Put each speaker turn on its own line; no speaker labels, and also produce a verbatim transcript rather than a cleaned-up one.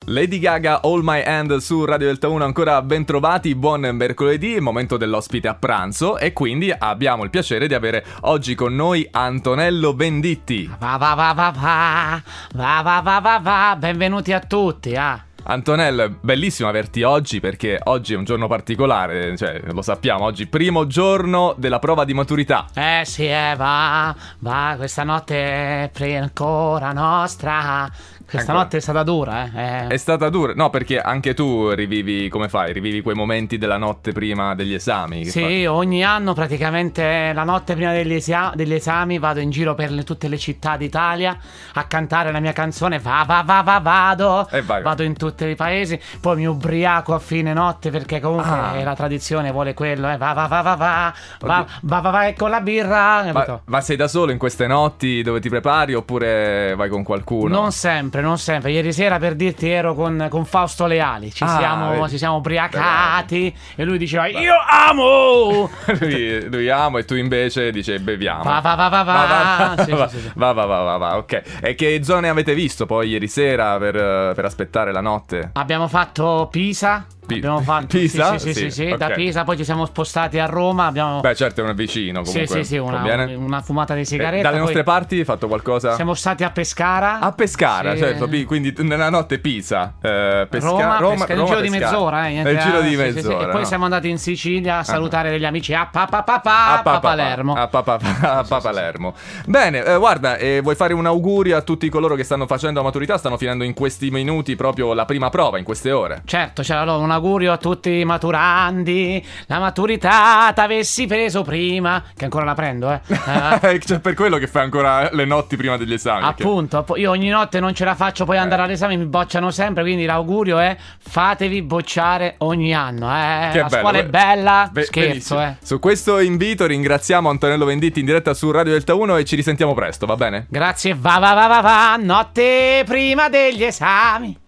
Lady Gaga, All My Hand su Radio Delta uno, ancora ben trovati, buon mercoledì, momento dell'ospite a pranzo e quindi abbiamo il piacere di avere oggi con noi Antonello Venditti.
Va va va va va, va va va va va, benvenuti a tutti, ah.
Antonello, bellissimo averti oggi perché oggi è un giorno particolare, cioè lo sappiamo, oggi primo giorno della prova di maturità.
Eh sì, eh, va, va, questa notte è ancora nostra. Questa
Ancora.
notte è stata dura, eh.
È stata dura, no, perché anche tu rivivi, come fai? Rivivi quei momenti della notte prima degli esami? Che
Sì,
fai?
ogni anno praticamente la notte prima degli, esia- degli esami vado in giro per le- tutte le città d'Italia a cantare la mia canzone. Va va va va vado.
E vai.
Vado in tutti i paesi, poi mi ubriaco a fine notte perché comunque
Ah.
la tradizione vuole quello, eh. Va va va va va, va va va, va con la birra, capito?
Ma, ma sei da solo in queste notti dove ti prepari oppure vai con qualcuno?
Non sempre, non sempre. Ieri sera, per dirti, ero con, con Fausto Leali. Ci
Ah,
siamo,
vedi.
ci siamo ubriacati e lui diceva io amo.
lui, lui amo e tu invece dici beviamo.
Va va va va va.
Va va,
Sì,
va,
sì, sì, sì.
va, va, va, va, va, ok. E che zone avete visto poi ieri sera per, eh, per aspettare la notte?
Abbiamo fatto Pisa.
Pi-
Abbiamo fatto
Pisa?
Sì, sì, sì,
Sì,
sì,
ok.
da Pisa poi ci siamo spostati a Roma. Abbiamo
Beh, certo, è un vicino
Sì,
comunque.
sì, sì, una,
conviene.
una fumata di
Eh,
sigaretta.
dalle
poi
nostre parti hai fatto qualcosa?
siamo stati a Pescara.
A Pescara,
Sì.
certo, pi- quindi t- nella notte Pisa, eh, Pesca-
Roma,
Roma,
Pescara, nel
Roma,
giro di
Pescara.
mezz'ora, eh, niente,
Nel giro
ah,
di
sì, sì, sì.
mezz'ora.
E poi
no?
siamo andati in Sicilia a salutare degli amici a Papa Papa
A
a
Papa-
Palermo.
A Papa- a Palermo. Bene, eh, guarda, eh, vuoi fare un augurio a tutti coloro che stanno facendo la maturità? Stanno finendo in questi minuti proprio la prima prova, in queste ore.
Certo, cioè, allora, un augurio a tutti i maturandi. La maturità t'avessi preso prima. Che ancora la prendo, eh. Eh,
Cioè, per quello che fai ancora le notti prima degli esami. perché-
Appunto, app- io ogni notte non ce la faccio poi andare all'esame, mi bocciano sempre, quindi l'augurio è fatevi bocciare ogni anno, eh.
Che
La
bello,
scuola è
beh.
bella,
Be-
scherzo,
benissimo.
eh.
Su questo invito ringraziamo Antonello Venditti in diretta su Radio Delta uno e ci risentiamo presto, va bene?
Grazie, va va va va va, notte prima degli esami.